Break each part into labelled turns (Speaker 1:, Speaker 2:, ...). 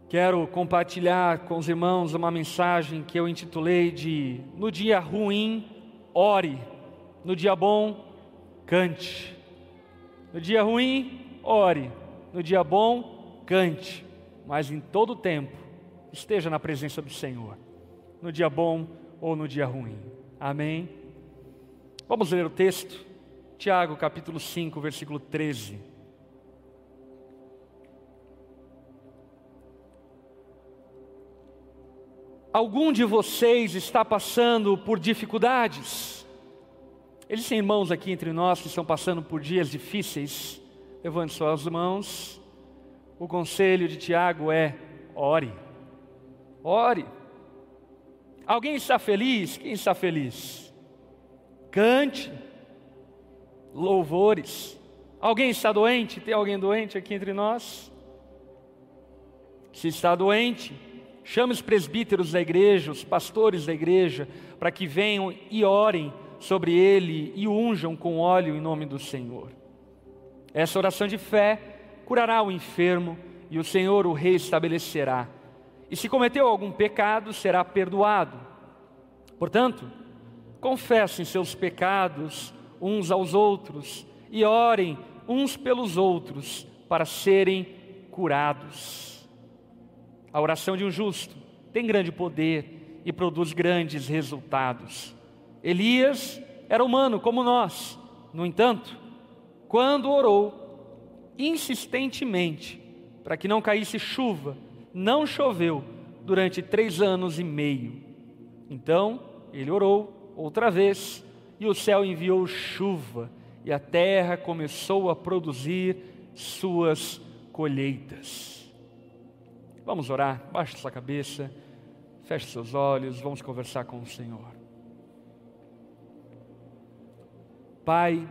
Speaker 1: Quero compartilhar com os irmãos uma mensagem que eu intitulei de "No dia ruim, ore. No dia bom, cante." No dia ruim, ore. No dia bom, cante. Mas em todo tempo, esteja na presença do Senhor. No dia bom ou no dia ruim. Amém? Vamos ler o texto. Tiago capítulo 5, versículo 13. Algum de vocês está passando por dificuldades? Existem irmãos aqui entre nós que estão passando por dias difíceis. Levante suas mãos. O conselho de Tiago é: ore. Ore. Alguém está feliz? Quem está feliz? Cante louvores. Alguém está doente? Tem alguém doente aqui entre nós? Se está doente, chame os presbíteros da igreja, os pastores da igreja, para que venham e orem sobre ele e o unjam com óleo em nome do Senhor. Essa oração de fé curará o enfermo e o Senhor o reestabelecerá. E se cometeu algum pecado, será perdoado. Portanto, confessem seus pecados uns aos outros e orem uns pelos outros para serem curados. A oração de um justo tem grande poder e produz grandes resultados. Elias era humano como nós. No entanto, quando orou insistentemente para que não caísse chuva, não choveu durante 3 anos e meio. Então ele orou outra vez e o céu enviou chuva e a terra começou a produzir suas colheitas. Vamos orar, baixe sua cabeça, feche seus olhos, vamos conversar com o Senhor. Pai,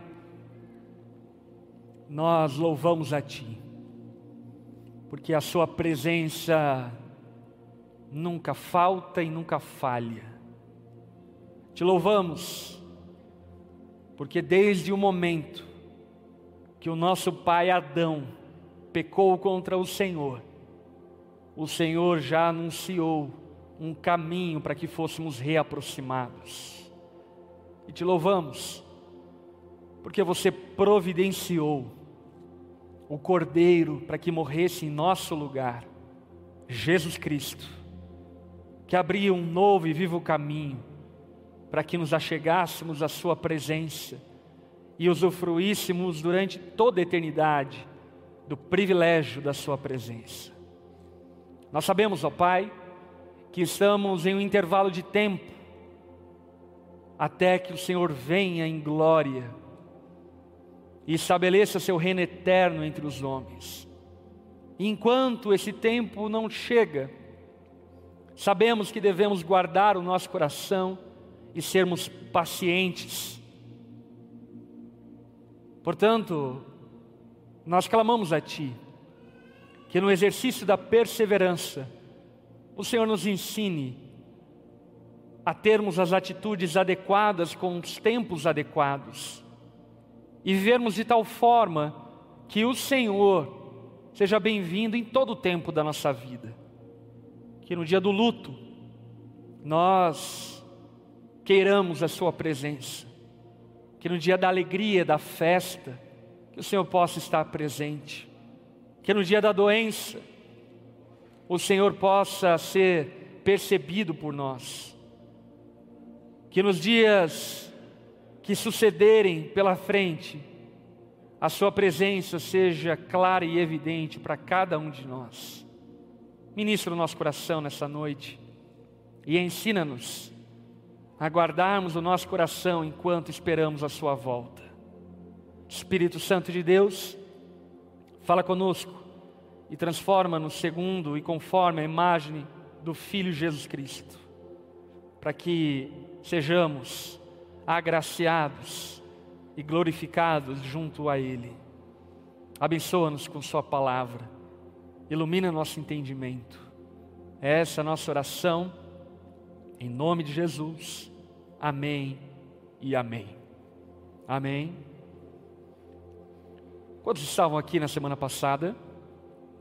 Speaker 1: nós louvamos a Ti, porque a Sua presença nunca falta e nunca falha. Te louvamos, porque desde o momento que o nosso pai Adão pecou contra o Senhor já anunciou um caminho para que fôssemos reaproximados. E te louvamos, porque você providenciou o Cordeiro para que morresse em nosso lugar, Jesus Cristo, que abria um novo e vivo caminho para que nos achegássemos à sua presença e usufruíssemos durante toda a eternidade do privilégio da sua presença. Nós sabemos, ó Pai, que estamos em um intervalo de tempo até que o Senhor venha em glória e estabeleça seu reino eterno entre os homens. E enquanto esse tempo não chega, sabemos que devemos guardar o nosso coração e sermos pacientes. Portanto, nós clamamos a Ti, que no exercício da perseverança, o Senhor nos ensine a termos as atitudes adequadas com os tempos adequados e vivermos de tal forma que o Senhor seja bem-vindo em todo o tempo da nossa vida. Que no dia do luto nós queiramos a Sua presença, que no dia da alegria, da festa, que o Senhor possa estar presente, que no dia da doença o Senhor possa ser percebido por nós, que nos dias que sucederem pela frente, a Sua presença seja clara e evidente para cada um de nós. Ministra o nosso coração nessa noite e ensina-nos a guardarmos o nosso coração enquanto esperamos a Sua volta. Espírito Santo de Deus, fala conosco e transforma-nos segundo e conforme a imagem do Filho Jesus Cristo, para que sejamos agraciados e glorificados junto a Ele. Abençoa-nos com Sua palavra, ilumina nosso entendimento. Essa é a nossa oração, em nome de Jesus. Amém e amém. Amém. Quantos estavam aqui na semana passada?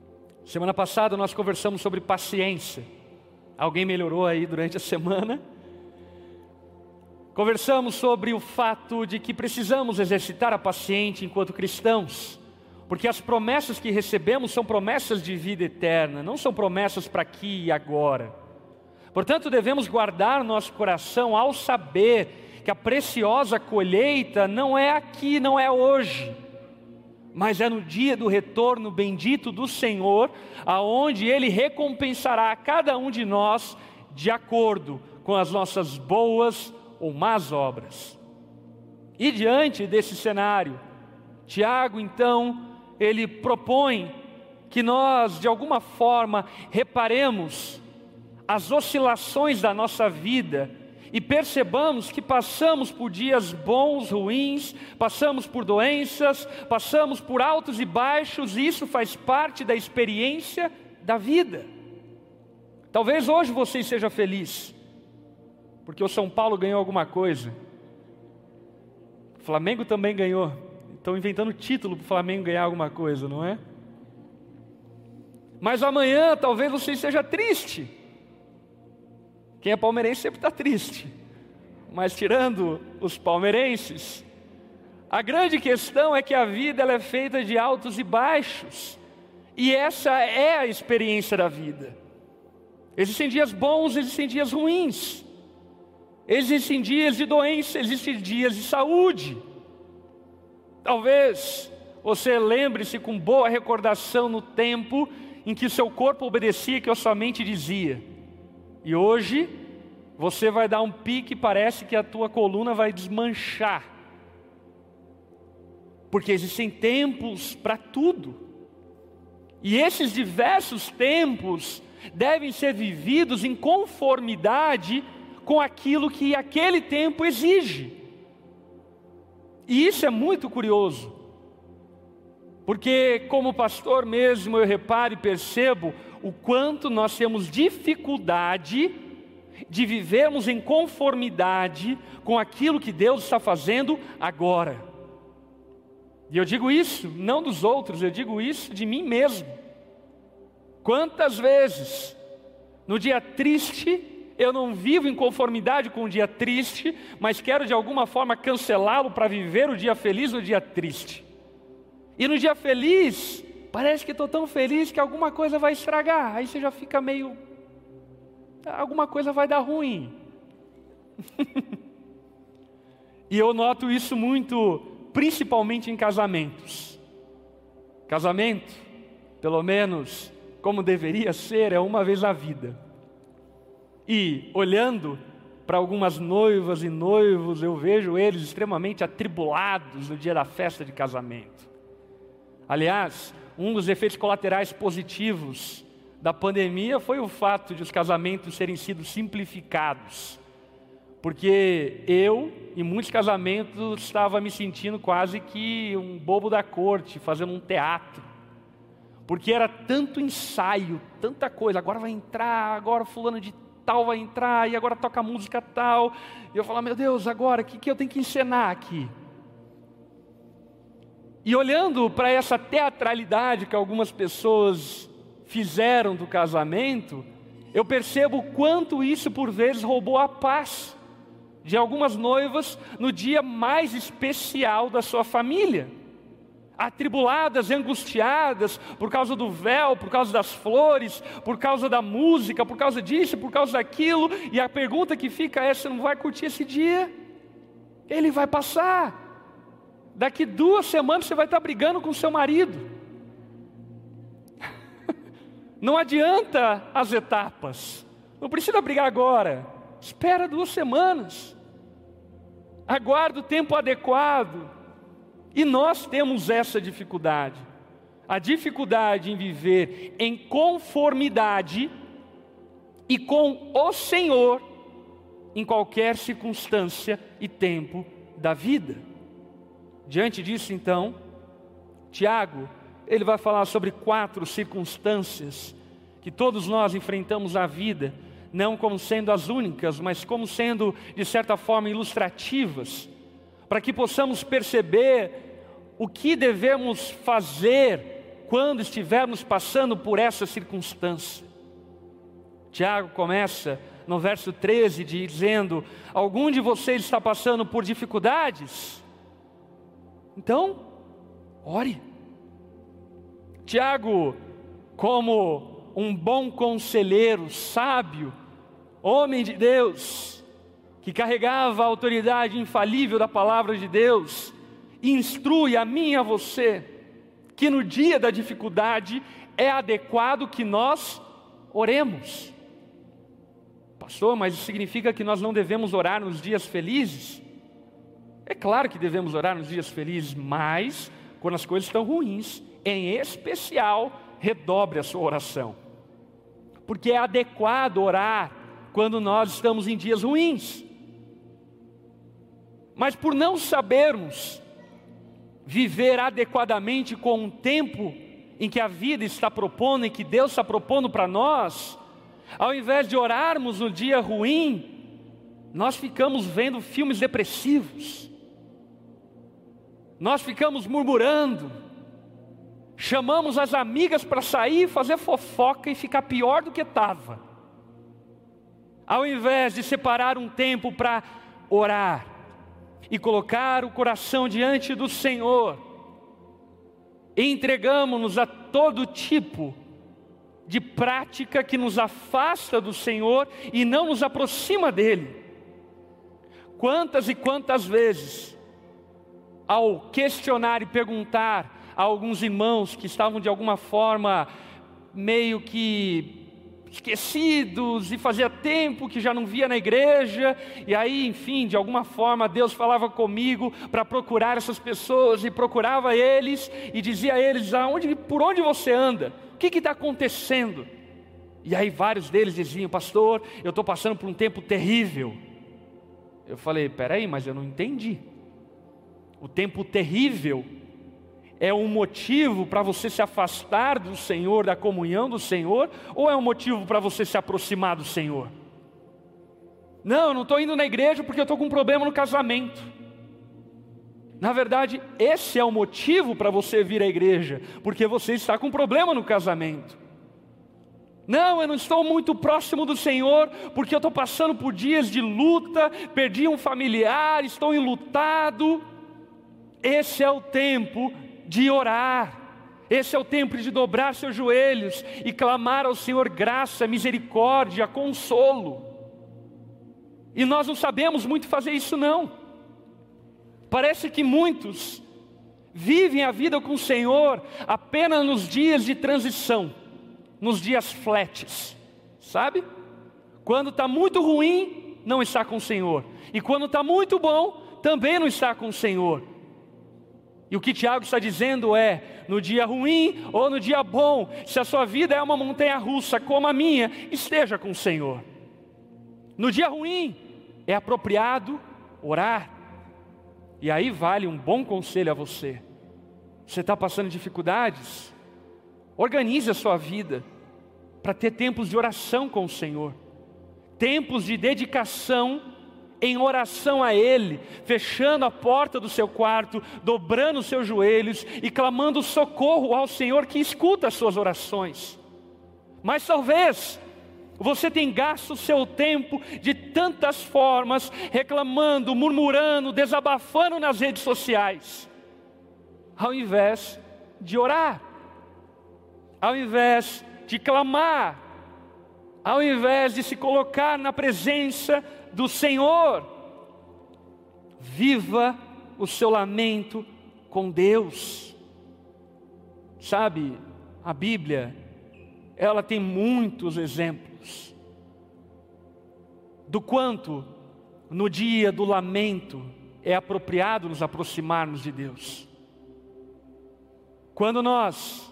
Speaker 1: Semana passada nós conversamos sobre paciência. Alguém melhorou aí durante a semana? Conversamos sobre o fato de que precisamos exercitar a paciência enquanto cristãos, porque as promessas que recebemos são promessas de vida eterna, não são promessas para aqui e agora. Portanto, devemos guardar nosso coração ao saber que a preciosa colheita não é aqui, não é hoje, mas é no dia do retorno bendito do Senhor, aonde Ele recompensará a cada um de nós de acordo com as nossas boas ou más obras. E diante desse cenário, Tiago então, ele propõe que nós de alguma forma reparemos as oscilações da nossa vida e percebamos que passamos por dias bons, ruins, passamos por doenças, passamos por altos e baixos, e isso faz parte da experiência da vida. Talvez hoje você seja feliz porque o São Paulo ganhou alguma coisa. O Flamengo também ganhou. Estão inventando título para o Flamengo ganhar alguma coisa, não é? Mas amanhã talvez você esteja triste. Quem é palmeirense sempre está triste. Mas tirando os palmeirenses, a grande questão é que a vida ela é feita de altos e baixos. E essa é a experiência da vida. Existem dias bons, existem dias ruins. Existem dias de doença, existem dias de saúde. Talvez você lembre-se com boa recordação no tempo em que seu corpo obedecia que a sua mente dizia. E hoje, você vai dar um pique e parece que a tua coluna vai desmanchar. Porque existem tempos para tudo. E esses diversos tempos devem ser vividos em conformidade com aquilo que aquele tempo exige. E isso é muito curioso, porque como pastor mesmo eu reparo e percebo o quanto nós temos dificuldade de vivermos em conformidade com aquilo que Deus está fazendo agora. E eu digo isso não dos outros, eu digo isso de mim mesmo. Quantas vezes no dia triste eu não vivo em conformidade com o dia triste, mas quero de alguma forma cancelá-lo para viver o dia feliz no dia triste. E no dia feliz, parece que estou tão feliz que alguma coisa vai estragar. Aí você já fica meio... alguma coisa vai dar ruim. E eu noto isso muito, principalmente em casamentos. Casamento, pelo menos como deveria ser, é uma vez na vida. E olhando para algumas noivas e noivos, eu vejo eles extremamente atribulados no dia da festa de casamento. Aliás, um dos efeitos colaterais positivos da pandemia foi o fato de os casamentos terem sido simplificados. Porque eu, em muitos casamentos, estava me sentindo quase que um bobo da corte, fazendo um teatro. Porque era tanto ensaio, tanta coisa, agora vai entrar, agora fulano de tal vai entrar, e agora toca a música tal, e eu falo, meu Deus, agora, o que eu tenho que encenar aqui? E olhando para essa teatralidade que algumas pessoas fizeram do casamento, eu percebo o quanto isso por vezes roubou a paz de algumas noivas no dia mais especial da sua família. Atribuladas, angustiadas por causa do véu, por causa das flores, por causa da música, por causa disso, por causa daquilo. E a pergunta que fica é: você não vai curtir esse dia? Ele vai passar. Daqui 2 semanas você vai estar brigando com seu marido. Não adianta as etapas. Não precisa brigar agora. Espera 2 semanas. Aguarda o tempo adequado. E nós temos essa dificuldade. A dificuldade em viver em conformidade e com o Senhor em qualquer circunstância e tempo da vida. Diante disso, então, Tiago, ele vai falar sobre 4 circunstâncias que todos nós enfrentamos na vida, não como sendo as únicas, mas como sendo, de certa forma, ilustrativas, para que possamos perceber o que devemos fazer quando estivermos passando por essa circunstância. Tiago começa no verso 13 dizendo: algum de vocês está passando por dificuldades? Então, ore. Tiago, como um bom conselheiro, sábio, homem de Deus, que carregava a autoridade infalível da palavra de Deus, instrui a mim e a você, que no dia da dificuldade é adequado que nós oremos. Pastor, mas isso significa que nós não devemos orar nos dias felizes? É claro que devemos orar nos dias felizes, mas quando as coisas estão ruins, em especial, redobre a sua oração. Porque é adequado orar quando nós estamos em dias ruins. Mas por não sabermos viver adequadamente com o tempo em que a vida está propondo, e que Deus está propondo para nós, ao invés de orarmos no dia ruim, nós ficamos vendo filmes depressivos, nós ficamos murmurando, chamamos as amigas para sair, fazer fofoca e ficar pior do que estava, ao invés de separar um tempo para orar e colocar o coração diante do Senhor, e entregamos-nos a todo tipo de prática que nos afasta do Senhor e não nos aproxima dEle. Quantas e quantas vezes, ao questionar e perguntar a alguns irmãos que estavam de alguma forma meio que esquecidos, e fazia tempo que já não via na igreja, e aí, enfim, de alguma forma Deus falava comigo para procurar essas pessoas, e procurava eles, e dizia a eles: por onde você anda? O que está acontecendo? E aí vários deles diziam: pastor, eu estou passando por um tempo terrível. Eu falei: peraí, mas eu não entendi. O tempo terrível é um motivo para você se afastar do Senhor, da comunhão do Senhor, ou é um motivo para você se aproximar do Senhor? Não, eu não estou indo na igreja porque eu estou com um problema no casamento. Na verdade, esse é o motivo para você vir à igreja, porque você está com um problema no casamento. Não, eu não estou muito próximo do Senhor porque eu estou passando por dias de luta, perdi um familiar, estou enlutado. Esse é o tempo de orar, esse é o tempo de dobrar seus joelhos e clamar ao Senhor graça, misericórdia, consolo. E nós não sabemos muito fazer isso não. Parece que muitos vivem a vida com o Senhor apenas nos dias de transição, nos dias flats, sabe? Quando está muito ruim, não está com o Senhor, e quando está muito bom, também não está com o Senhor. E o que Tiago está dizendo é: no dia ruim ou no dia bom, se a sua vida é uma montanha russa como a minha, esteja com o Senhor. No dia ruim é apropriado orar. E aí vale um bom conselho a você. Você está passando dificuldades? Organize a sua vida para ter tempos de oração com o Senhor, tempos de dedicação em oração a Ele, fechando a porta do seu quarto, dobrando os seus joelhos e clamando socorro ao Senhor que escuta as suas orações. Mas talvez você tenha gasto o seu tempo de tantas formas, reclamando, murmurando, desabafando nas redes sociais, ao invés de orar, ao invés de clamar, ao invés de se colocar na presença do Senhor. Viva o seu lamento com Deus. Sabe, a Bíblia, ela tem muitos exemplos do quanto no dia do lamento é apropriado nos aproximarmos de Deus. Quando nós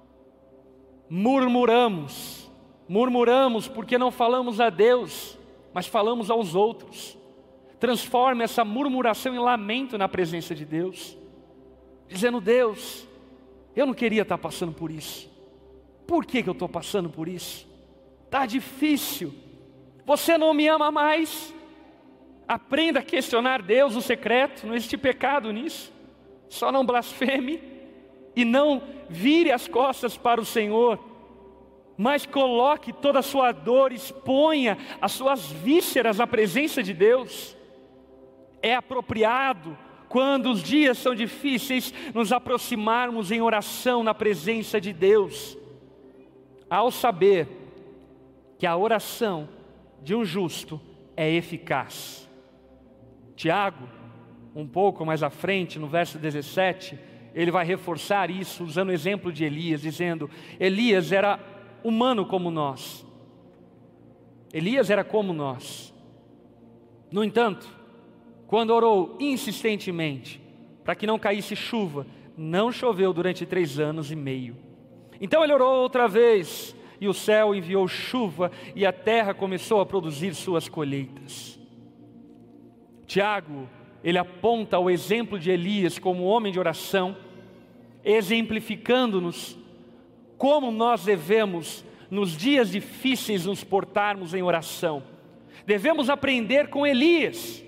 Speaker 1: murmuramos porque não falamos a Deus, mas falamos aos outros, transforme essa murmuração em lamento na presença de Deus, dizendo: Deus, eu não queria estar passando por isso. Por que eu estou passando por isso? Está difícil. Você não me ama mais? Aprenda a questionar Deus no secreto. Não existe pecado nisso. Só não blasfeme. e não vire as costas para o Senhor, mas coloque toda a sua dor, exponha as suas vísceras na presença de Deus. É apropriado, quando os dias são difíceis, nos aproximarmos em oração na presença de Deus, ao saber que a oração de um justo é eficaz. Tiago, um pouco mais à frente, no verso 17, ele vai reforçar isso usando o exemplo de Elias, dizendo: Elias era humano como nós. Elias era como nós. No entanto, quando orou insistentemente para que não caísse chuva, não choveu durante 3 anos e meio. Então ele orou outra vez, e o céu enviou chuva, e a terra começou a produzir suas colheitas. Tiago, ele aponta o exemplo de Elias como homem de oração, exemplificando-nos como nós devemos, nos dias difíceis, nos portarmos em oração. Devemos aprender com Elias.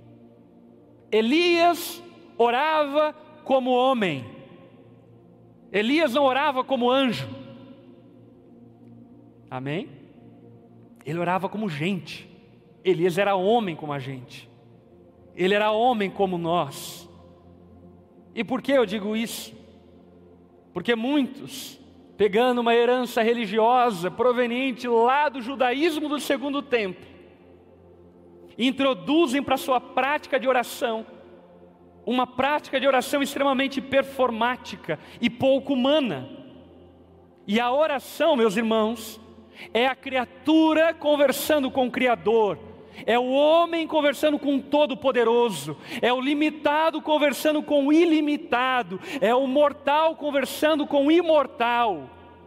Speaker 1: Elias orava como homem. Elias não orava como anjo. Amém? Ele orava como gente. Elias era homem como a gente. Ele era homem como nós. E por que eu digo isso? Porque muitos, pegando uma herança religiosa proveniente lá do judaísmo do segundo templo, introduzem para a sua prática de oração uma prática de oração extremamente performática e pouco humana. E a oração, meus irmãos, é a criatura conversando com o Criador, é o homem conversando com o Todo-Poderoso, é o limitado conversando com o ilimitado, é o mortal conversando com o imortal.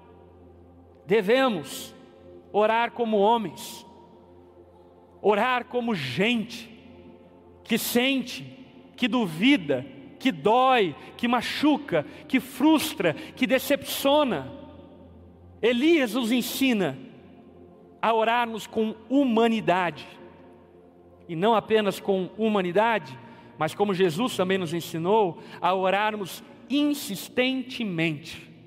Speaker 1: Devemos orar como homens, orar como gente que sente, que duvida, que dói, que machuca, que frustra, que decepciona. Elias nos ensina a orarmos com humanidade, e não apenas com humanidade, mas como Jesus também nos ensinou, a orarmos insistentemente.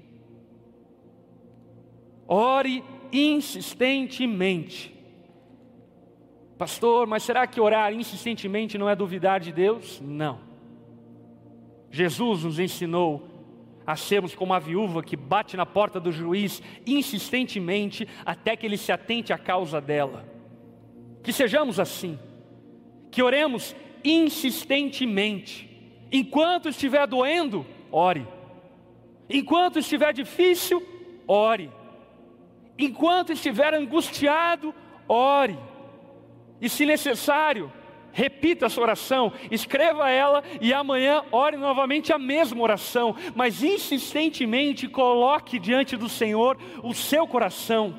Speaker 1: Ore insistentemente. Pastor, mas será que orar insistentemente não é duvidar de Deus? Não. Jesus nos ensinou a sermos como a viúva que bate na porta do juiz insistentemente até que ele se atente à causa dela. Que sejamos assim, que oremos insistentemente. Enquanto estiver doendo, ore. Enquanto estiver difícil, ore. Enquanto estiver angustiado, ore. E se necessário, repita essa oração, escreva ela e amanhã ore novamente a mesma oração, mas insistentemente coloque diante do Senhor o seu coração.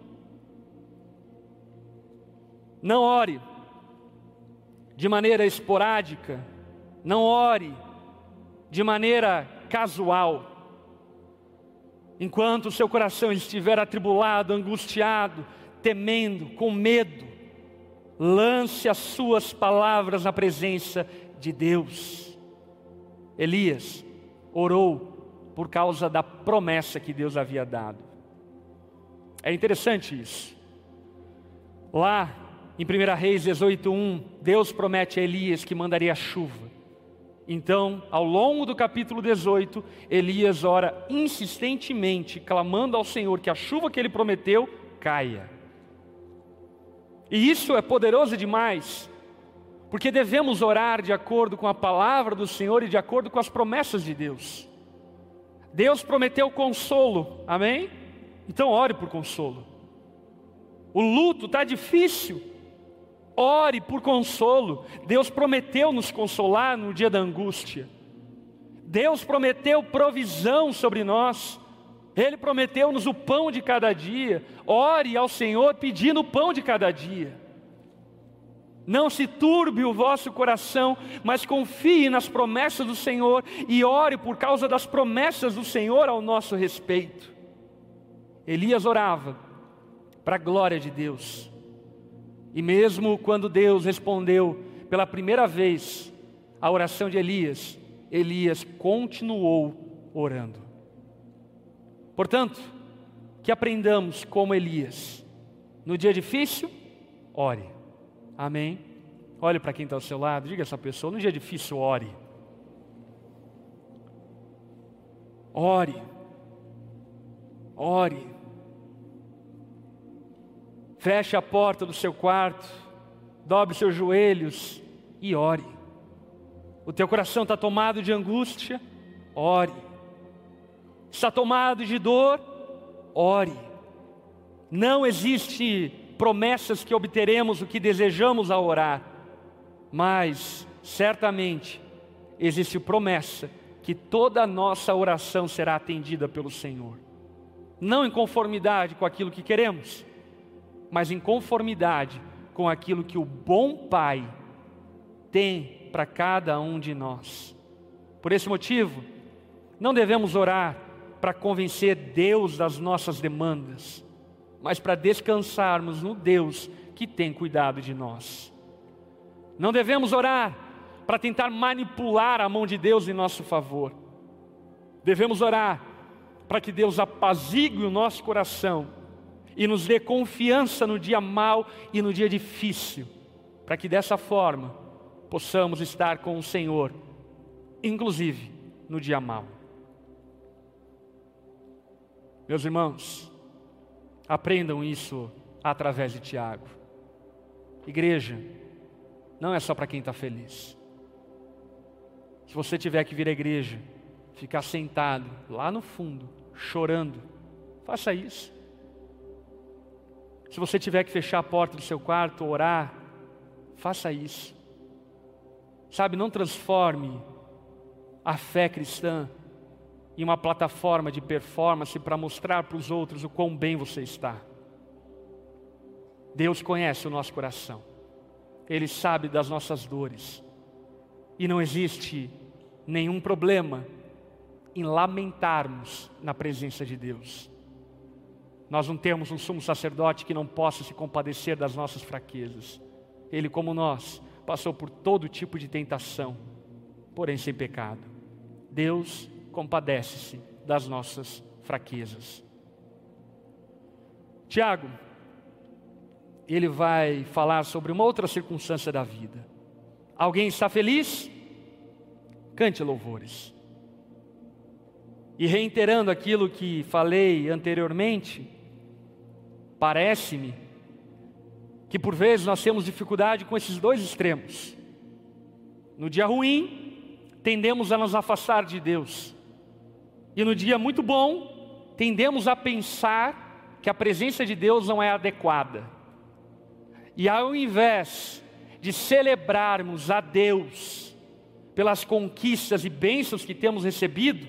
Speaker 1: Não ore de maneira esporádica, não ore de maneira casual. Enquanto o seu coração estiver atribulado, angustiado, temendo, com medo, lance as suas palavras na presença de Deus. Elias orou por causa da promessa que Deus havia dado. É interessante isso. Lá em 1 Reis 18:1, Deus promete a Elias que mandaria chuva. Então, ao longo do capítulo 18, Elias ora insistentemente, clamando ao Senhor que a chuva que ele prometeu caia. E isso é poderoso demais, porque devemos orar de acordo com a palavra do Senhor e de acordo com as promessas de Deus. Deus prometeu consolo, amém? Então ore por consolo. O luto está difícil, ore por consolo. Deus prometeu nos consolar no dia da angústia. Deus prometeu provisão sobre nós. Ele prometeu-nos o pão de cada dia. Ore ao Senhor pedindo o pão de cada dia. Não se turbe o vosso coração, mas confie nas promessas do Senhor e ore por causa das promessas do Senhor ao nosso respeito. Elias orava para a glória de Deus. E mesmo quando Deus respondeu pela primeira vez a oração de Elias, Elias continuou orando. Portanto, que aprendamos como Elias. No dia difícil, ore. Amém? Olhe para quem está ao seu lado, diga a essa pessoa, no dia difícil, ore. Ore. Ore. Feche a porta do seu quarto, dobre seus joelhos e ore. O teu coração está tomado de angústia? Ore. Está tomado de dor? Ore. Não existe promessas que obteremos o que desejamos ao orar, mas certamente existe promessa que toda a nossa oração será atendida pelo Senhor. Não em conformidade com aquilo que queremos, mas em conformidade com aquilo que o bom Pai tem para cada um de nós. Por esse motivo, não devemos orar para convencer Deus das nossas demandas, mas para descansarmos no Deus que tem cuidado de nós. Não devemos orar para tentar manipular a mão de Deus em nosso favor. Devemos orar para que Deus apazigue o nosso coração e nos dê confiança no dia mau e no dia difícil, para que dessa forma possamos estar com o Senhor, inclusive no dia mau. Meus irmãos, aprendam isso através de Tiago. Igreja, não é só para quem está feliz. Se você tiver que vir à igreja, ficar sentado lá no fundo, chorando, faça isso. Se você tiver que fechar a porta do seu quarto, orar, faça isso. Sabe, não transforme a fé cristã em uma plataforma de performance para mostrar para os outros o quão bem você está. Deus conhece o nosso coração. Ele sabe das nossas dores. E não existe nenhum problema em lamentarmos na presença de Deus. Nós não temos um sumo sacerdote que não possa se compadecer das nossas fraquezas. Ele, como nós, passou por todo tipo de tentação, porém sem pecado. Deus compadece-se das nossas fraquezas. Tiago, ele vai falar sobre uma outra circunstância da vida. Alguém está feliz? Cante louvores. E reiterando aquilo que falei anteriormente, parece-me que por vezes nós temos dificuldade com esses dois extremos. No dia ruim, tendemos a nos afastar de Deus. E no dia muito bom, tendemos a pensar que a presença de Deus não é adequada. E ao invés de celebrarmos a Deus pelas conquistas e bênçãos que temos recebido,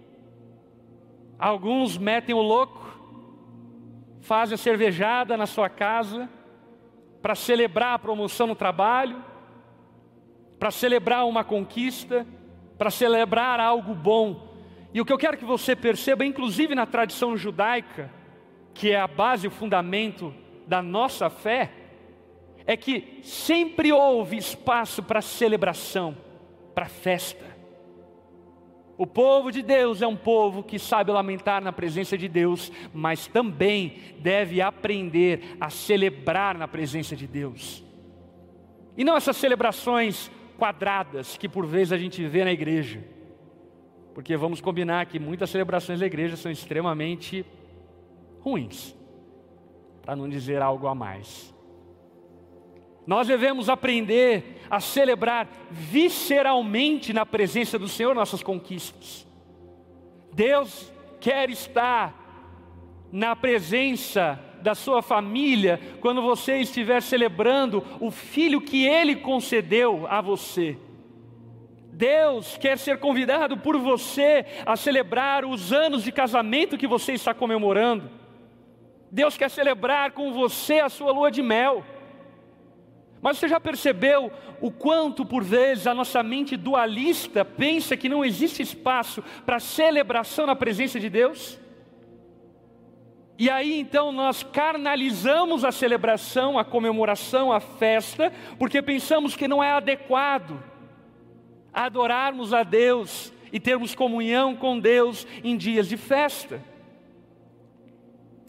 Speaker 1: alguns metem o louco, fazem a cervejada na sua casa, para celebrar a promoção no trabalho, para celebrar uma conquista, para celebrar algo bom. E o que eu quero que você perceba, inclusive na tradição judaica, que é a base e o fundamento da nossa fé, é que sempre houve espaço para celebração, para festa. O povo de Deus é um povo que sabe lamentar na presença de Deus, mas também deve aprender a celebrar na presença de Deus. E não essas celebrações quadradas que por vezes a gente vê na igreja. Porque vamos combinar que muitas celebrações da igreja são extremamente ruins, para não dizer algo a mais. Nós devemos aprender a celebrar visceralmente na presença do Senhor nossas conquistas. Deus quer estar na presença da sua família quando você estiver celebrando o filho que Ele concedeu a você. Deus quer ser convidado por você a celebrar os anos de casamento que você está comemorando. Deus quer celebrar com você a sua lua de mel. Mas você já percebeu o quanto por vezes a nossa mente dualista pensa que não existe espaço para celebração na presença de Deus? E aí então nós carnalizamos a celebração, a comemoração, a festa, porque pensamos que não é adequado adorarmos a Deus e termos comunhão com Deus em dias de festa.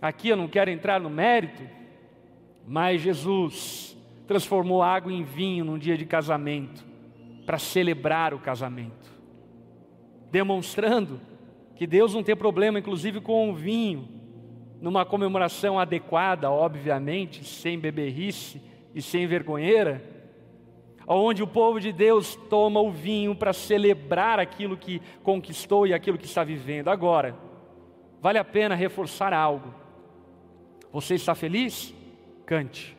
Speaker 1: Aqui eu não quero entrar no mérito, mas Jesus transformou água em vinho num dia de casamento, para celebrar o casamento, demonstrando que Deus não tem problema, inclusive, com o vinho, numa comemoração adequada, obviamente, sem beberrice e sem vergonheira, onde o povo de Deus toma o vinho para celebrar aquilo que conquistou e aquilo que está vivendo. Agora, vale a pena reforçar algo. Você está feliz? Cante.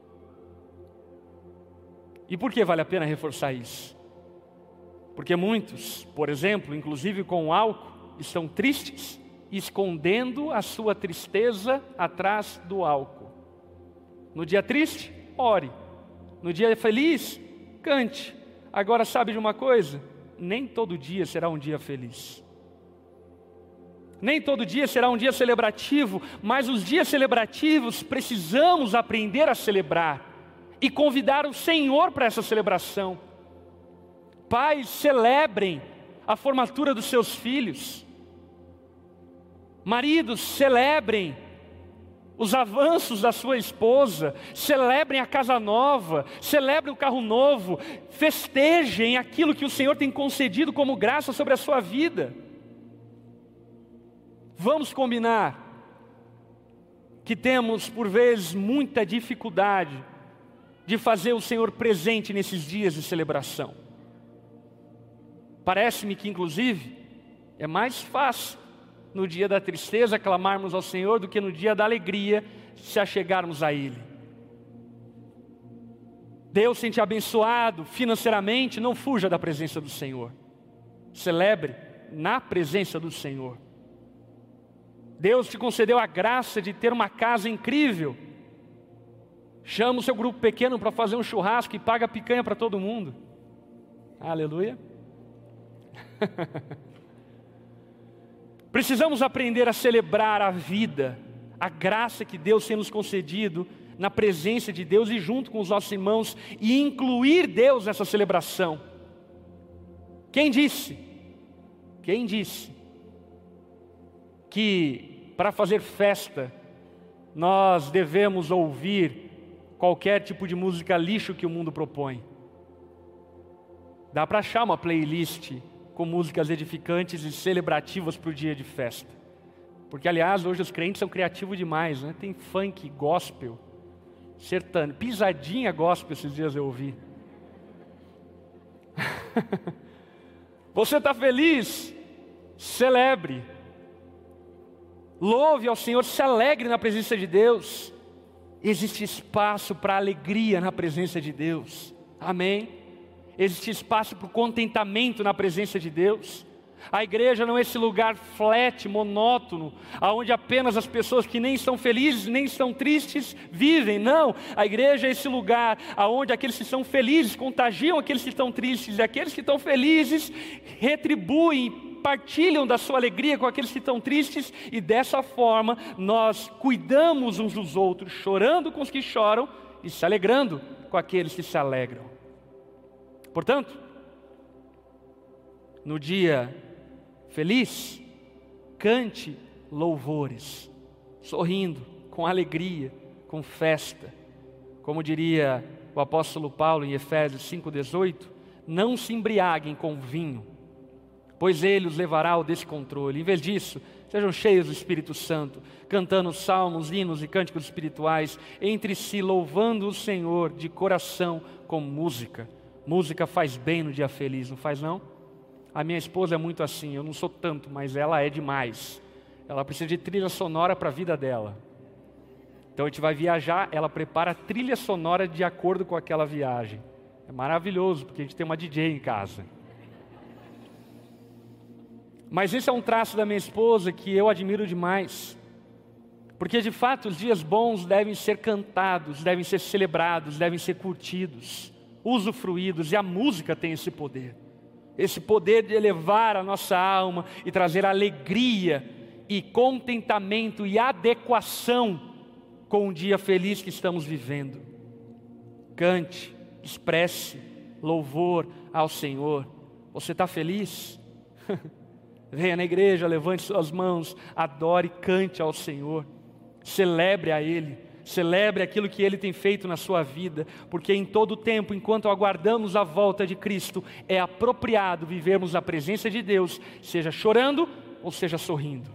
Speaker 1: E por que vale a pena reforçar isso? Porque muitos, por exemplo, inclusive com álcool, estão tristes, escondendo a sua tristeza atrás do álcool. No dia triste, ore. No dia feliz, cante. Agora, sabe de uma coisa? Nem todo dia será um dia feliz. Nem todo dia será um dia celebrativo, mas os dias celebrativos precisamos aprender a celebrar e convidar o Senhor para essa celebração. Pais, celebrem a formatura dos seus filhos. Maridos, celebrem os avanços da sua esposa, celebrem a casa nova, celebrem o carro novo, festejem aquilo que o Senhor tem concedido como graça sobre a sua vida. Vamos combinar que temos por vezes muita dificuldade de fazer o Senhor presente nesses dias de celebração. Parece-me que inclusive é mais fácil no dia da tristeza clamarmos ao Senhor do que no dia da alegria se achegarmos a Ele. Deus tem te abençoado financeiramente, não fuja da presença do Senhor. Celebre na presença do Senhor. Deus te concedeu a graça de ter uma casa incrível. Chama o seu grupo pequeno para fazer um churrasco e paga picanha para todo mundo. Aleluia. Precisamos aprender a celebrar a vida, a graça que Deus tem nos concedido na presença de Deus e junto com os nossos irmãos e incluir Deus nessa celebração. Quem disse que para fazer festa nós devemos ouvir qualquer tipo de música lixo que o mundo propõe? Dá para achar uma playlist com músicas edificantes e celebrativas para o dia de festa. Porque, aliás, hoje os crentes são criativos demais, né? Tem funk, gospel, sertanejo, pisadinha gospel, esses dias eu ouvi. Você está feliz? Celebre. Louve ao Senhor, se alegre na presença de Deus. Existe espaço para alegria na presença de Deus. Amém? Existe espaço para o contentamento na presença de Deus. A igreja não é esse lugar flat, monótono, onde apenas as pessoas que nem estão felizes, nem estão tristes, vivem. Não, a igreja é esse lugar onde aqueles que estão felizes contagiam aqueles que estão tristes, e aqueles que estão felizes retribuem, partilham da sua alegria com aqueles que estão tristes, e dessa forma nós cuidamos uns dos outros, chorando com os que choram e se alegrando com aqueles que se alegram. Portanto, no dia feliz, cante louvores, sorrindo, com alegria, com festa. Como diria o apóstolo Paulo em Efésios 5,18, não se embriaguem com vinho, pois ele os levará ao descontrole. Em vez disso, sejam cheios do Espírito Santo, cantando salmos, hinos e cânticos espirituais, entre si louvando o Senhor de coração com música. Música faz bem no dia feliz, não faz não? A minha esposa é muito assim, eu não sou tanto, mas ela é demais. Ela precisa de trilha sonora para a vida dela. Então a gente vai viajar, ela prepara a trilha sonora de acordo com aquela viagem. É maravilhoso, porque a gente tem uma DJ em casa. Mas esse é um traço da minha esposa que eu admiro demais. Porque de fato os dias bons devem ser cantados, devem ser celebrados, devem ser curtidos, usufruídos, e a música tem esse poder de elevar a nossa alma e trazer alegria e contentamento e adequação com o dia feliz que estamos vivendo. Cante, expresse louvor ao Senhor. Você está feliz? Venha na igreja, levante suas mãos, adore, cante ao Senhor. Celebre a Ele, celebre aquilo que Ele tem feito na sua vida, porque em todo tempo, enquanto aguardamos a volta de Cristo, é apropriado vivermos a presença de Deus, seja chorando ou seja sorrindo.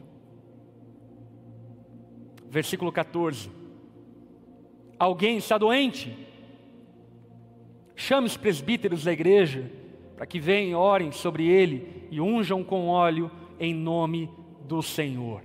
Speaker 1: Versículo 14. Alguém está doente? Chame os presbíteros da igreja, para que venham e orem sobre ele e unjam com óleo em nome do Senhor.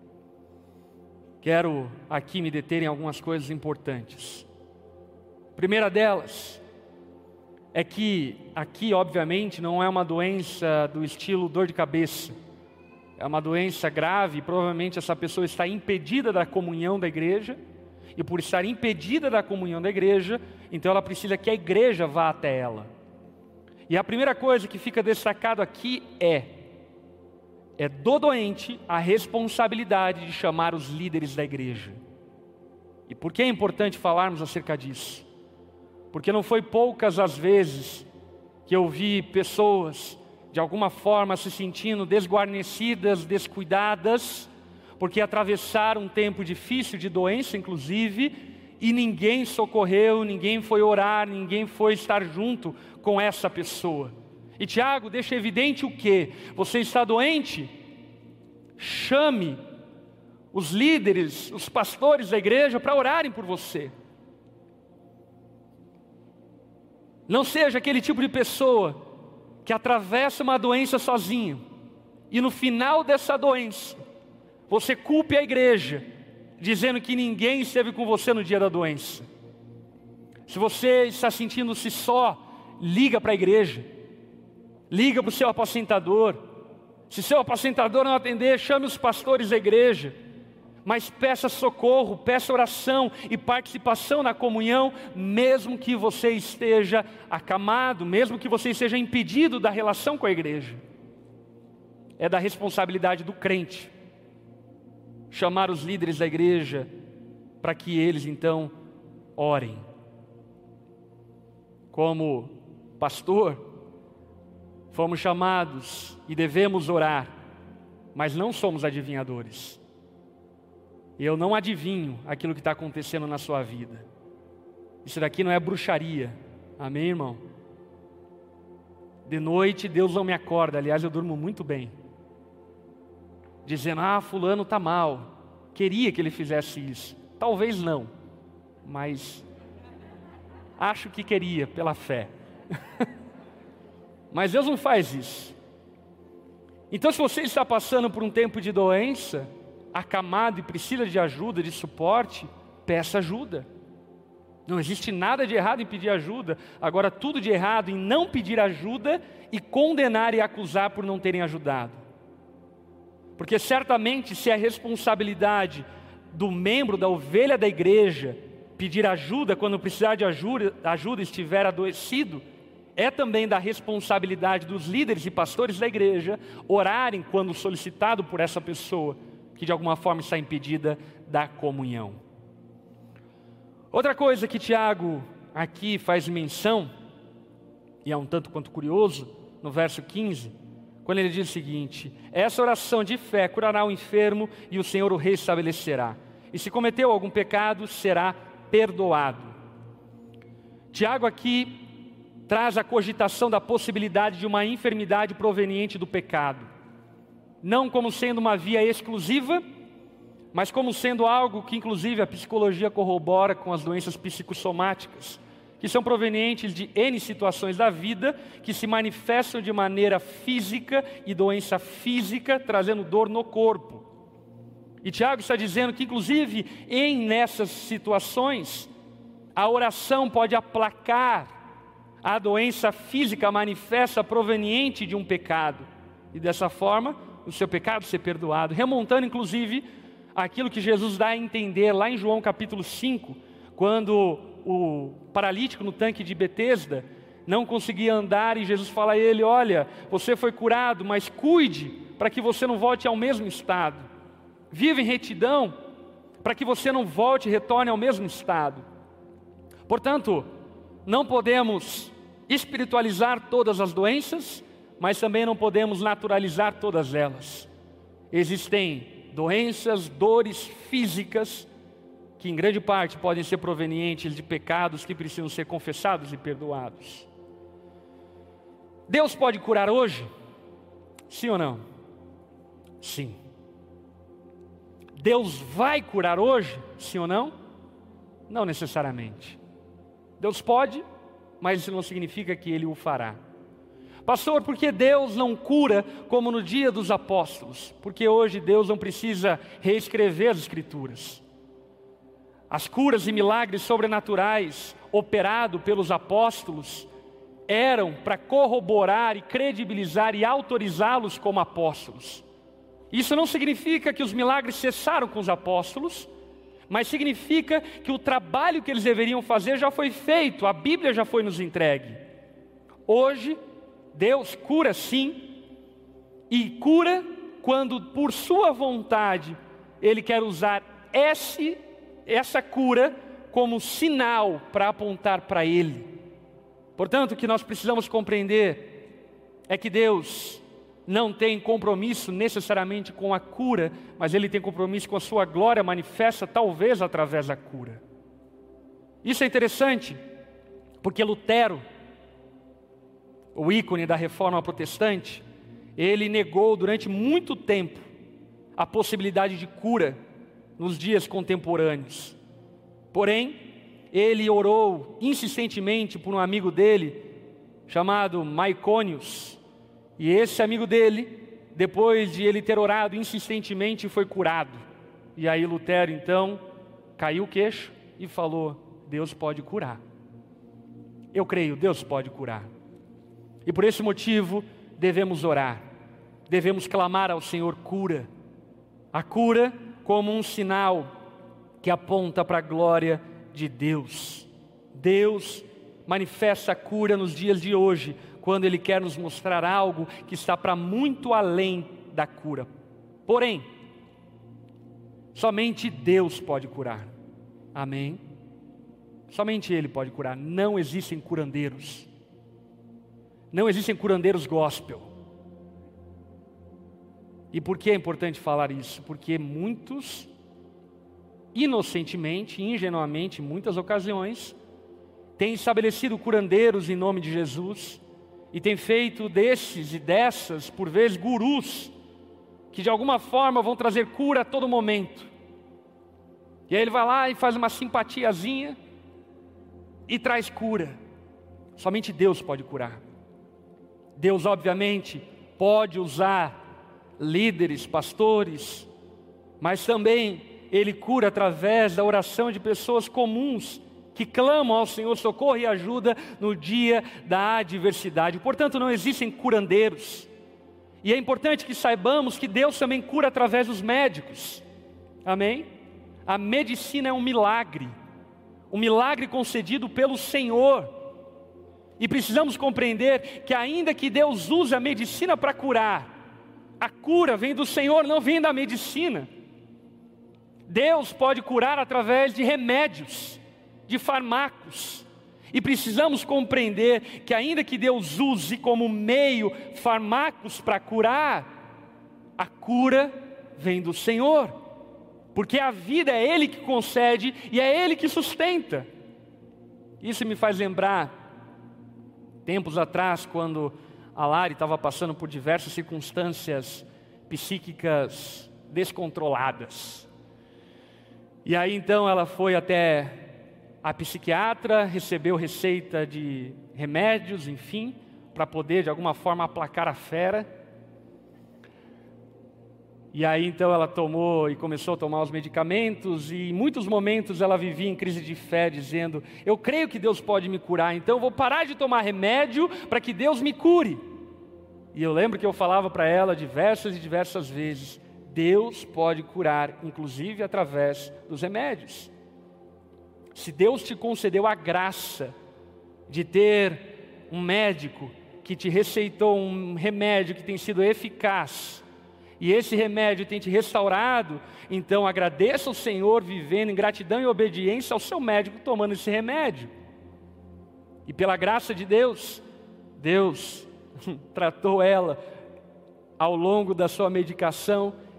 Speaker 1: Quero aqui me deter em algumas coisas importantes. A primeira delas é que aqui, obviamente, não é uma doença do estilo dor de cabeça. É uma doença grave, provavelmente essa pessoa está impedida da comunhão da igreja, e por estar impedida da comunhão da igreja, então ela precisa que a igreja vá até ela. E a primeira coisa que fica destacado aqui é do doente a responsabilidade de chamar os líderes da igreja. E por que é importante falarmos acerca disso? Porque não foi poucas as vezes que eu vi pessoas de alguma forma se sentindo desguarnecidas, descuidadas, porque atravessaram um tempo difícil de doença inclusive, e ninguém socorreu, ninguém foi orar, ninguém foi estar junto com essa pessoa. E Tiago deixa evidente o quê? Você está doente? Chame os líderes, os pastores da igreja para orarem por você. Não seja aquele tipo de pessoa que atravessa uma doença sozinho, e no final dessa doença, você culpe a igreja, dizendo que ninguém esteve com você no dia da doença. Se você está sentindo-se só, liga para a igreja, liga para o seu apacentador. Se seu apacentador não atender, chame os pastores da igreja, mas peça socorro, peça oração e participação na comunhão, mesmo que você esteja acamado, mesmo que você esteja impedido da relação com a igreja. É da responsabilidade do crente chamar os líderes da igreja para que eles então orem. Como pastor, fomos chamados e devemos orar, mas não somos adivinhadores. Eu não adivinho aquilo que está acontecendo na sua vida. Isso daqui não é bruxaria, amém, irmão? De noite Deus não me acorda, aliás eu durmo muito bem, dizendo, fulano está mal, queria que ele fizesse isso. Talvez não, mas acho que queria pela fé. Mas Deus não faz isso. Então se você está passando por um tempo de doença, acamado e precisa de ajuda, de suporte, peça ajuda. Não existe nada de errado em pedir ajuda. Agora tudo de errado em não pedir ajuda e condenar e acusar por não terem ajudado. Porque certamente se a responsabilidade do membro, da ovelha da igreja, pedir ajuda quando precisar de ajuda estiver adoecido, é também da responsabilidade dos líderes e pastores da igreja orarem quando solicitado por essa pessoa que de alguma forma está impedida da comunhão. Outra coisa que Tiago aqui faz menção, e é um tanto quanto curioso, no verso 15, quando ele diz o seguinte: essa oração de fé curará o enfermo e o Senhor o restabelecerá. E se cometeu algum pecado, será perdoado. Tiago aqui traz a cogitação da possibilidade de uma enfermidade proveniente do pecado. Não como sendo uma via exclusiva, mas como sendo algo que inclusive a psicologia corrobora com as doenças psicossomáticas, que são provenientes de N situações da vida, que se manifestam de maneira física e doença física, trazendo dor no corpo. E Tiago está dizendo que inclusive nessas situações, a oração pode aplacar a doença física manifesta proveniente de um pecado, e dessa forma o seu pecado ser perdoado, remontando inclusive aquilo que Jesus dá a entender lá em João capítulo 5, quando o paralítico no tanque de Betesda não conseguia andar e Jesus fala a ele: olha, você foi curado, mas cuide para que você não volte ao mesmo estado, viva em retidão para que você não volte e retorne ao mesmo estado. Portanto, não podemos espiritualizar todas as doenças, mas também não podemos naturalizar todas elas. Existem doenças, dores físicas que em grande parte podem ser provenientes de pecados que precisam ser confessados e perdoados. Deus pode curar hoje? Sim ou não? Sim. Deus vai curar hoje? Sim ou não? Não necessariamente. Deus pode, mas isso não significa que Ele o fará. Pastor, por que Deus não cura como no dia dos apóstolos? Porque hoje Deus não precisa reescrever as Escrituras. As curas e milagres sobrenaturais operados pelos apóstolos eram para corroborar e credibilizar e autorizá-los como apóstolos. Isso não significa que os milagres cessaram com os apóstolos, mas significa que o trabalho que eles deveriam fazer já foi feito, a Bíblia já foi nos entregue. Hoje, Deus cura sim, e cura quando por sua vontade Ele quer usar essa cura como sinal para apontar para Ele. Portanto, o que nós precisamos compreender é que Deus não tem compromisso necessariamente com a cura, mas Ele tem compromisso com a sua glória manifesta, talvez através da cura. Isso é interessante, porque Lutero, o ícone da Reforma Protestante, ele negou durante muito tempo a possibilidade de cura nos dias contemporâneos. Porém, ele orou insistentemente por um amigo dele, chamado Myconius, e esse amigo dele, depois de ele ter orado insistentemente, foi curado. E aí Lutero então caiu o queixo e falou: Deus pode curar. Eu creio, Deus pode curar. E por esse motivo devemos orar, devemos clamar ao Senhor cura. A cura como um sinal que aponta para a glória de Deus. Deus manifesta a cura nos dias de hoje, quando Ele quer nos mostrar algo que está para muito além da cura. Porém, somente Deus pode curar. Amém? Somente Ele pode curar. Não existem curandeiros. Não existem curandeiros gospel. E por que é importante falar isso? Porque muitos, inocentemente, ingenuamente, em muitas ocasiões, têm estabelecido curandeiros em nome de Jesus, e têm feito desses e dessas, por vezes, gurus, que de alguma forma vão trazer cura a todo momento. E aí ele vai lá e faz uma simpatiazinha e traz cura. Somente Deus pode curar. Deus, obviamente, pode usar líderes, pastores, mas também Ele cura através da oração de pessoas comuns, que clamam ao Senhor socorro e ajuda no dia da adversidade. Portanto, não existem curandeiros. E é importante que saibamos que Deus também cura através dos médicos. Amém? A medicina é um milagre concedido pelo Senhor. E precisamos compreender que ainda que Deus use a medicina para curar, a cura vem do Senhor, não vem da medicina. Deus pode curar através de remédios, de fármacos. E precisamos compreender que ainda que Deus use como meio fármacos para curar, a cura vem do Senhor. Porque a vida é Ele que concede e é Ele que sustenta. Isso me faz lembrar tempos atrás, quando a Lari estava passando por diversas circunstâncias psíquicas descontroladas. E aí então ela foi até a psiquiatra, recebeu receita de remédios, enfim, para poder de alguma forma aplacar a fera. E aí então ela tomou e começou a tomar os medicamentos, e em muitos momentos ela vivia em crise de fé, dizendo: eu creio que Deus pode me curar, então eu vou parar de tomar remédio para que Deus me cure. E eu lembro que eu falava para ela diversas e diversas vezes: Deus pode curar, inclusive através dos remédios. Se Deus te concedeu a graça de ter um médico que te receitou um remédio que tem sido eficaz, e esse remédio tem te restaurado, então agradeça ao Senhor vivendo em gratidão e obediência ao seu médico tomando esse remédio. E pela graça de Deus, Deus tratou ela ao longo da sua medicação,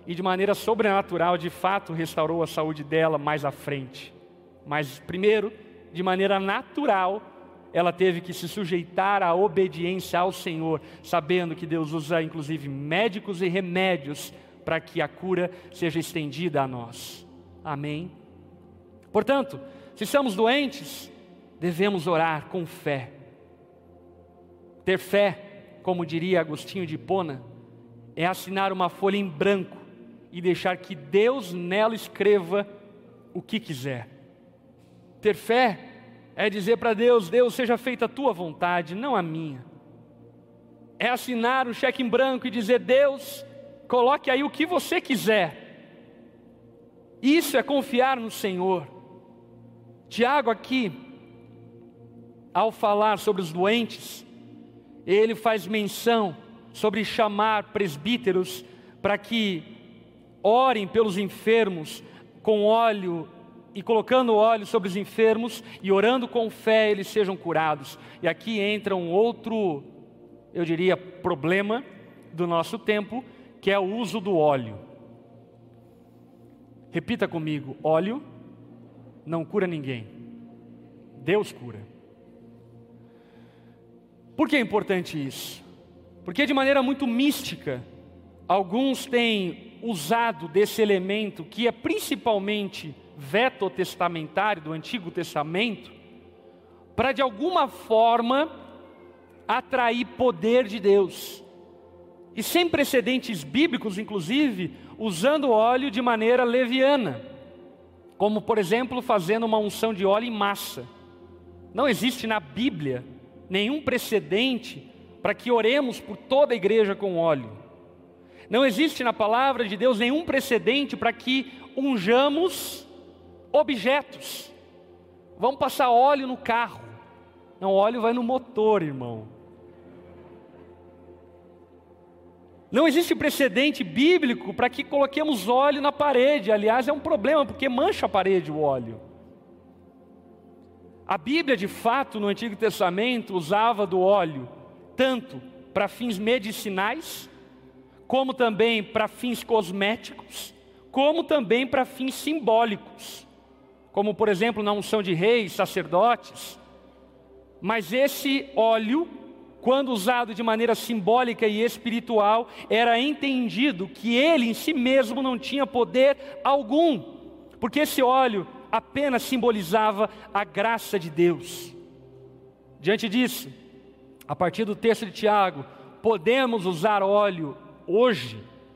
Speaker 1: e de maneira sobrenatural, de fato, restaurou a saúde dela mais à frente. Mas primeiro, de maneira natural, ela teve que se sujeitar à obediência ao Senhor, sabendo que Deus usa inclusive médicos e remédios para que a cura seja estendida a nós. Amém? Portanto, se estamos doentes, devemos orar com fé. Ter fé, como diria Agostinho de Hipona, é assinar uma folha em branco e deixar que Deus nela escreva o que quiser. Ter fé é dizer para Deus: Deus, seja feita a tua vontade, não a minha. É assinar um cheque em branco e dizer: Deus, coloque aí o que você quiser. Isso é confiar no Senhor. Tiago aqui, ao falar sobre os doentes, ele faz menção sobre chamar presbíteros para que orem pelos enfermos com óleo, e colocando óleo sobre os enfermos e orando com fé eles sejam curados. E aqui entra um outro, eu diria, problema do nosso tempo, que é o uso do óleo. Repita comigo: óleo não cura ninguém, Deus cura. Por que é importante isso? Porque de maneira muito mística, alguns têm usado desse elemento que é principalmente veto-testamentário do Antigo Testamento, para de alguma forma atrair poder de Deus. E sem precedentes bíblicos, inclusive, usando óleo de maneira leviana, como por exemplo fazendo uma unção de óleo em massa. Não existe na Bíblia nenhum precedente para que oremos por toda a igreja com óleo. Não existe na palavra de Deus nenhum precedente para que unjamos objetos. Vamos passar óleo no carro. Não, óleo vai no motor, irmão. Não existe precedente bíblico para que coloquemos óleo na parede. Aliás, é um problema, porque mancha a parede o óleo. A Bíblia, de fato, no Antigo Testamento, usava do óleo tanto para fins medicinais, como também para fins cosméticos, como também para fins simbólicos, como por exemplo na unção de reis, sacerdotes. Mas esse óleo, quando usado de maneira simbólica e espiritual, era entendido que ele em si mesmo não tinha poder algum, porque esse óleo apenas simbolizava a graça de Deus. Diante disso, a partir do texto de Tiago, podemos usar óleo hoje?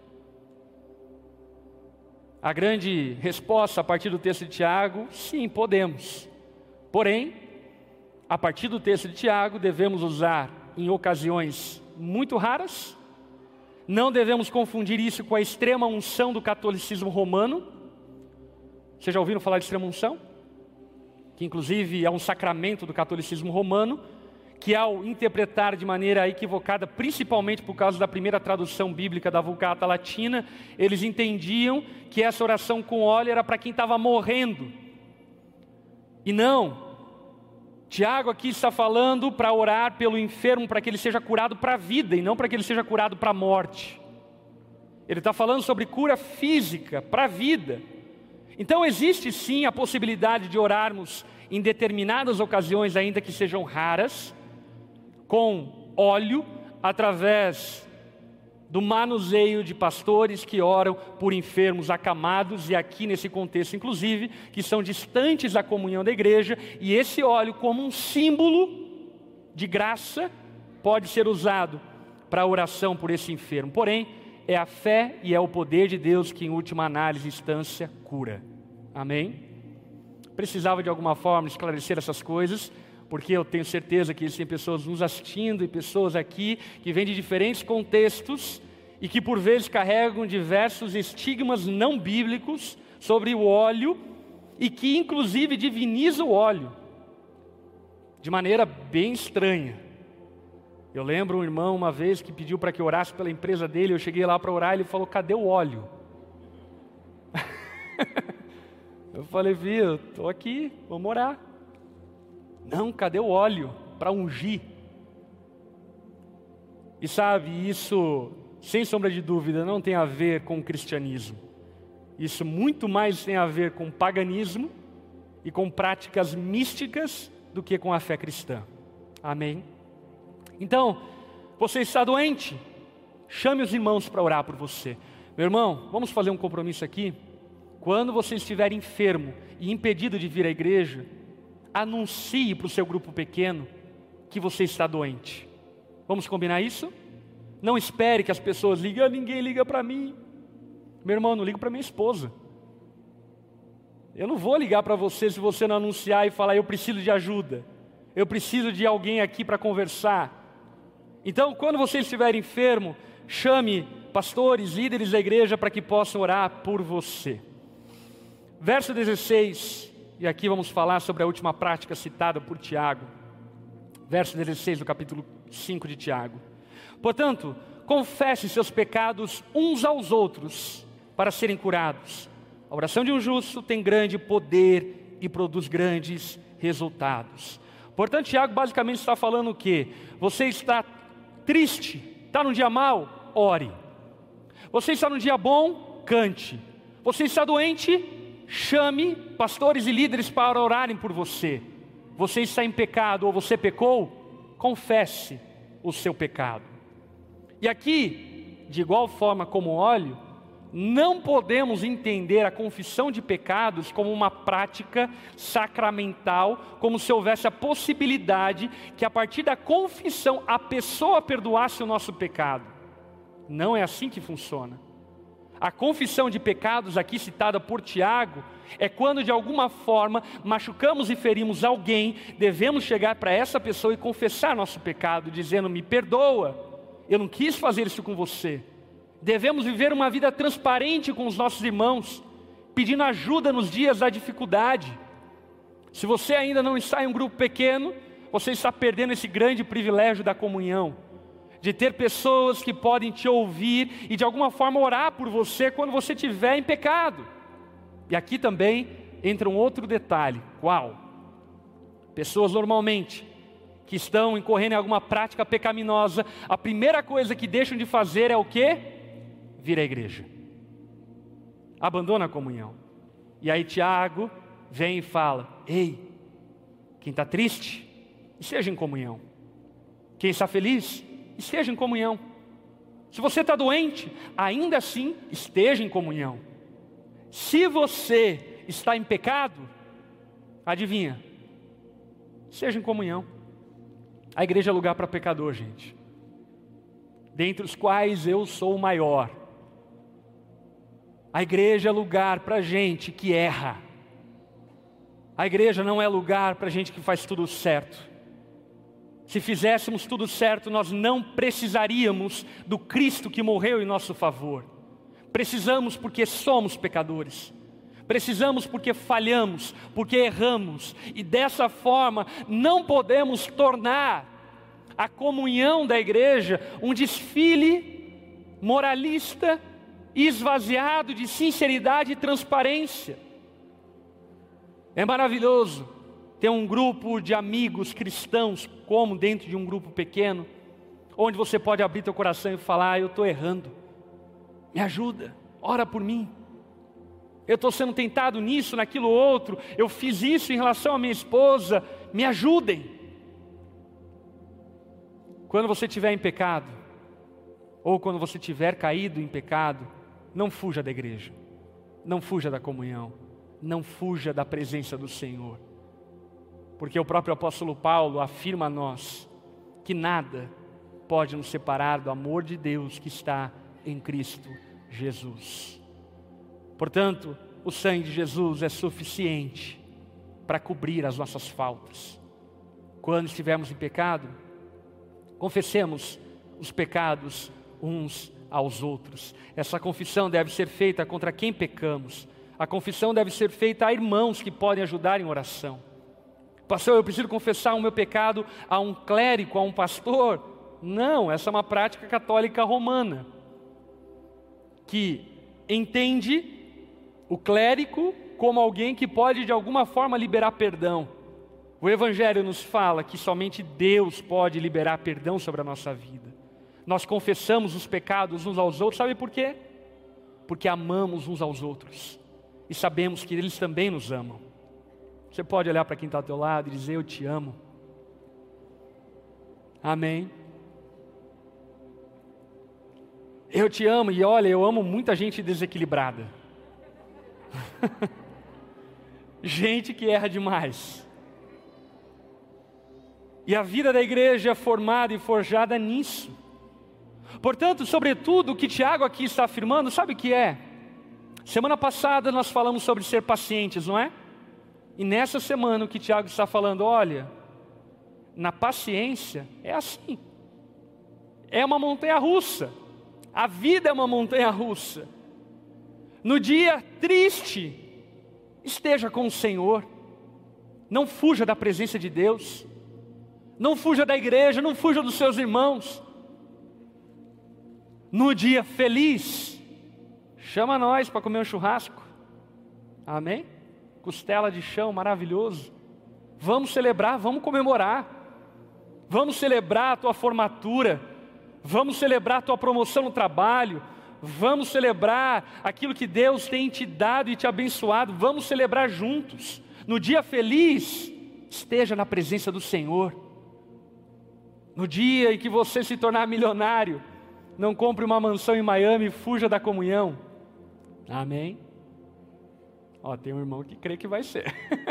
Speaker 1: A grande resposta a partir do texto de Tiago: sim, podemos. Porém, a partir do texto de Tiago, devemos usar em ocasiões muito raras. Não devemos confundir isso com a extrema unção do catolicismo romano. Vocês já ouviram falar de extrema unção? Que inclusive é um sacramento do catolicismo romano, que ao interpretar de maneira equivocada, principalmente por causa da primeira tradução bíblica da Vulgata Latina, eles entendiam que essa oração com óleo era para quem estava morrendo. E não. Tiago aqui está falando para orar pelo enfermo, para que ele seja curado para a vida, e não para que ele seja curado para a morte. Ele está falando sobre cura física, para a vida. Então existe sim a possibilidade de orarmos em determinadas ocasiões, ainda que sejam raras, com óleo, através do manuseio de pastores que oram por enfermos acamados, e aqui nesse contexto inclusive, que são distantes da comunhão da igreja, e esse óleo como um símbolo de graça, pode ser usado para a oração por esse enfermo. Porém, é a fé e é o poder de Deus que em última análise, instância, cura. Amém? Precisava de alguma forma esclarecer essas coisas, porque eu tenho certeza que existem pessoas nos assistindo e pessoas aqui que vêm de diferentes contextos e que por vezes carregam diversos estigmas não bíblicos sobre o óleo e que inclusive divinizam o óleo de maneira bem estranha. Eu lembro um irmão uma vez que pediu para que eu orasse pela empresa dele. Eu cheguei lá para orar e ele falou: cadê o óleo? Eu falei: filho, estou aqui, vamos orar. Não, cadê o óleo para ungir? E sabe, isso sem sombra de dúvida, não tem a ver com o cristianismo. Isso muito mais tem a ver com paganismo e com práticas místicas do que com a fé cristã. Amém? Então, você está doente? Chame os irmãos para orar por você. Meu irmão, vamos fazer um compromisso aqui? Quando você estiver enfermo e impedido de vir à igreja, anuncie para o seu grupo pequeno que você está doente. Vamos combinar isso? Não espere que as pessoas liguem, ninguém liga para mim. Meu irmão, eu não ligo para minha esposa. Eu não vou ligar para você se você não anunciar e falar, eu preciso de ajuda. Eu preciso de alguém aqui para conversar. Então, quando você estiver enfermo, chame pastores, líderes da igreja para que possam orar por você. Verso 16, e aqui vamos falar sobre a última prática citada por Tiago. Verso 16 do capítulo 5 de Tiago. Portanto, confesse seus pecados uns aos outros para serem curados. A oração de um justo tem grande poder e produz grandes resultados. Portanto, Tiago basicamente está falando o quê? Você está triste, está num dia mau? Ore. Você está num dia bom? Cante. Você está doente? Chame pastores e líderes para orarem por você. Você está em pecado ou você pecou? Confesse o seu pecado. E aqui, de igual forma como óleo, não podemos entender a confissão de pecados como uma prática sacramental, como se houvesse a possibilidade que a partir da confissão a pessoa perdoasse o nosso pecado. Não é assim que funciona. A confissão de pecados aqui citada por Tiago é quando de alguma forma machucamos e ferimos alguém, devemos chegar para essa pessoa e confessar nosso pecado, dizendo, me perdoa, eu não quis fazer isso com você. Devemos viver uma vida transparente com os nossos irmãos, pedindo ajuda nos dias da dificuldade. Se você ainda não está em um grupo pequeno, você está perdendo esse grande privilégio da comunhão, de ter pessoas que podem te ouvir e de alguma forma orar por você quando você estiver em pecado. E aqui também entra um outro detalhe. Qual? Pessoas normalmente que estão incorrendo em alguma prática pecaminosa, a primeira coisa que deixam de fazer é o quê? Vir à igreja. Abandona a comunhão. E aí Tiago vem e fala, ei, quem está triste, esteja em comunhão. Quem está feliz, esteja em comunhão. Se você está doente, ainda assim, esteja em comunhão. Se você está em pecado, adivinha, esteja em comunhão. A igreja é lugar para pecador, gente, dentre os quais eu sou o maior. A igreja é lugar para gente que erra. A igreja não é lugar para gente que faz tudo certo. Se fizéssemos tudo certo, nós não precisaríamos do Cristo que morreu em nosso favor. Precisamos porque somos pecadores. Precisamos porque falhamos, porque erramos. E dessa forma, não podemos tornar a comunhão da igreja um desfile moralista e esvaziado de sinceridade e transparência. É maravilhoso ter um grupo de amigos cristãos, como dentro de um grupo pequeno, onde você pode abrir teu coração e falar, eu estou errando, me ajuda, ora por mim. Eu estou sendo tentado nisso, naquilo outro, eu fiz isso em relação à minha esposa, me ajudem. Quando você estiver em pecado, ou quando você tiver caído em pecado, não fuja da igreja, não fuja da comunhão, não fuja da presença do Senhor. Porque o próprio apóstolo Paulo afirma a nós que nada pode nos separar do amor de Deus que está em Cristo Jesus. Portanto, o sangue de Jesus é suficiente para cobrir as nossas faltas. Quando estivermos em pecado, confessemos os pecados uns aos outros. Essa confissão deve ser feita contra quem pecamos. A confissão deve ser feita a irmãos que podem ajudar em oração. Pastor, eu preciso confessar o meu pecado a um clérigo, a um pastor? Não, essa é uma prática católica romana, que entende o clérigo como alguém que pode de alguma forma liberar perdão. O Evangelho nos fala que somente Deus pode liberar perdão sobre a nossa vida. Nós confessamos os pecados uns aos outros, sabe por quê? Porque amamos uns aos outros e sabemos que eles também nos amam. Você pode olhar para quem está ao teu lado e dizer: eu te amo. Amém. Eu te amo. E olha, eu amo muita gente desequilibrada. Gente que erra demais. E a vida da igreja é formada e forjada nisso. Portanto, sobretudo, o que Tiago aqui está afirmando, sabe o que é? Semana passada nós falamos sobre ser pacientes, não é? E nessa semana o que Tiago está falando, olha, na paciência é assim. É uma montanha-russa. A vida é uma montanha-russa. No dia triste, esteja com o Senhor. Não fuja da presença de Deus. Não fuja da igreja, não fuja dos seus irmãos. No dia feliz, chama nós para comer um churrasco. Amém? Costela de chão, maravilhoso. Vamos celebrar, vamos comemorar. Vamos celebrar a tua formatura. Vamos celebrar a tua promoção no trabalho. Vamos celebrar aquilo que Deus tem te dado e te abençoado. Vamos celebrar juntos. No dia feliz, esteja na presença do Senhor. No dia em que você se tornar milionário, não compre uma mansão em Miami e fuja da comunhão. Amém? Ó, tem um irmão que crê que vai ser.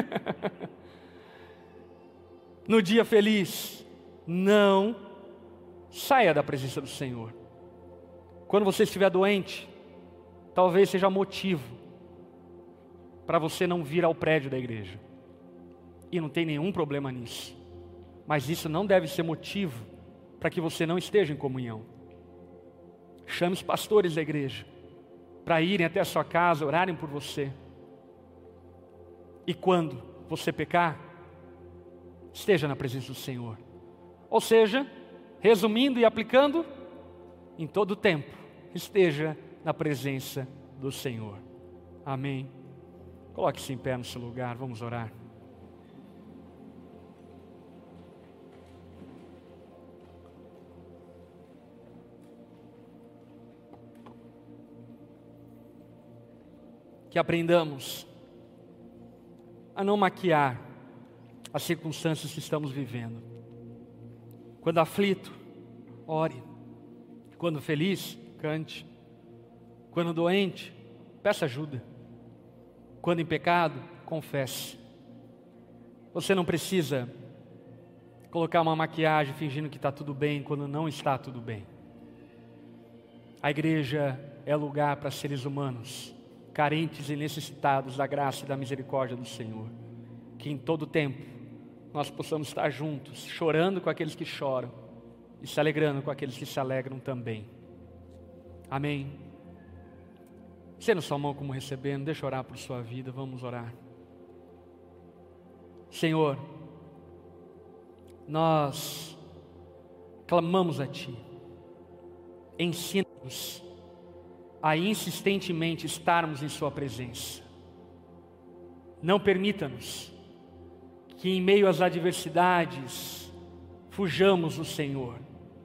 Speaker 1: No dia feliz, não saia da presença do Senhor. Quando você estiver doente, talvez seja motivo para você não vir ao prédio da igreja. E não tem nenhum problema nisso. Mas isso não deve ser motivo para que você não esteja em comunhão. Chame os pastores da igreja para irem até a sua casa, orarem por você. E quando você pecar, esteja na presença do Senhor. Ou seja, resumindo e aplicando, em todo tempo, esteja na presença do Senhor. Amém. Coloque-se em pé no seu lugar, vamos orar. Que aprendamos a não maquiar as circunstâncias que estamos vivendo. Quando aflito, ore. Quando feliz, cante. Quando doente, peça ajuda. Quando em pecado, confesse. Você não precisa colocar uma maquiagem fingindo que está tudo bem quando não está tudo bem. A igreja é lugar para seres humanos, carentes e necessitados da graça e da misericórdia do Senhor. Que em todo tempo nós possamos estar juntos, chorando com aqueles que choram e se alegrando com aqueles que se alegram também. Amém. Estenda sua mão como recebendo, deixa eu orar por sua vida, vamos orar. Senhor, nós clamamos a Ti, ensina-nos a insistentemente estarmos em Sua presença. Não permita-nos que em meio às adversidades fujamos do Senhor.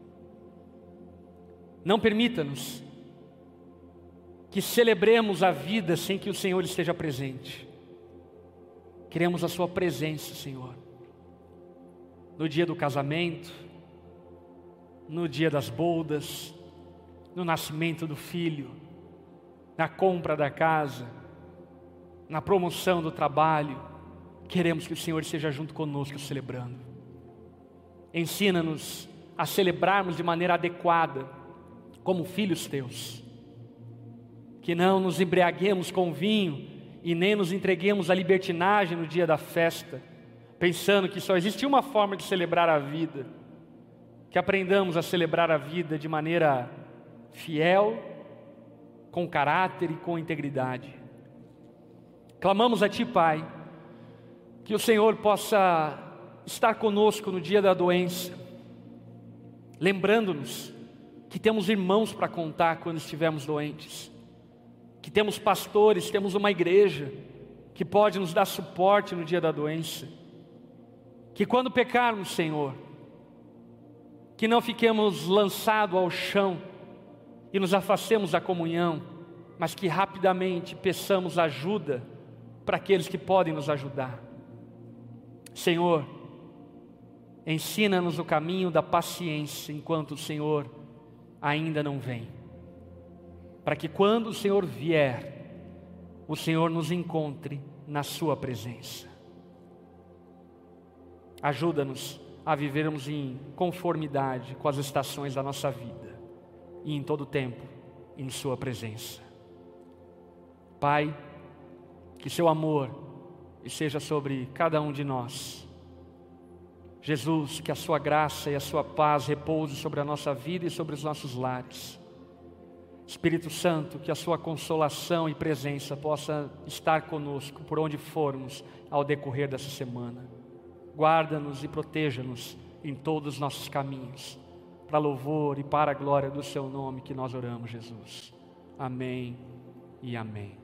Speaker 1: Não permita-nos que celebremos a vida sem que o Senhor esteja presente. Queremos a Sua presença, Senhor, no dia do casamento, no dia das bodas, no nascimento do filho, na compra da casa, na promoção do trabalho. Queremos que o Senhor esteja junto conosco celebrando. Ensina-nos a celebrarmos de maneira adequada, como filhos Teus. Que não nos embriaguemos com vinho e nem nos entreguemos à libertinagem no dia da festa, pensando que só existe uma forma de celebrar a vida. Que aprendamos a celebrar a vida de maneira fiel, com caráter e com integridade. Clamamos a Ti, Pai, que o Senhor possa estar conosco no dia da doença, lembrando-nos que temos irmãos para contar quando estivermos doentes, que temos pastores, temos uma igreja que pode nos dar suporte no dia da doença, que quando pecarmos, Senhor, que não fiquemos lançados ao chão e nos afastemos da comunhão, mas que rapidamente peçamos ajuda para aqueles que podem nos ajudar. Senhor, ensina-nos o caminho da paciência enquanto o Senhor ainda não vem, para que quando o Senhor vier, o Senhor nos encontre na sua presença. Ajuda-nos a vivermos em conformidade com as estações da nossa vida e em todo tempo em sua presença. Pai, que seu amor esteja sobre cada um de nós. Jesus, que a sua graça e a sua paz repouse sobre a nossa vida e sobre os nossos lares. Espírito Santo, que a sua consolação e presença possa estar conosco por onde formos ao decorrer dessa semana. Guarda-nos e proteja-nos em todos os nossos caminhos, para louvor e para a glória do seu nome que nós oramos, Jesus. Amém e amém.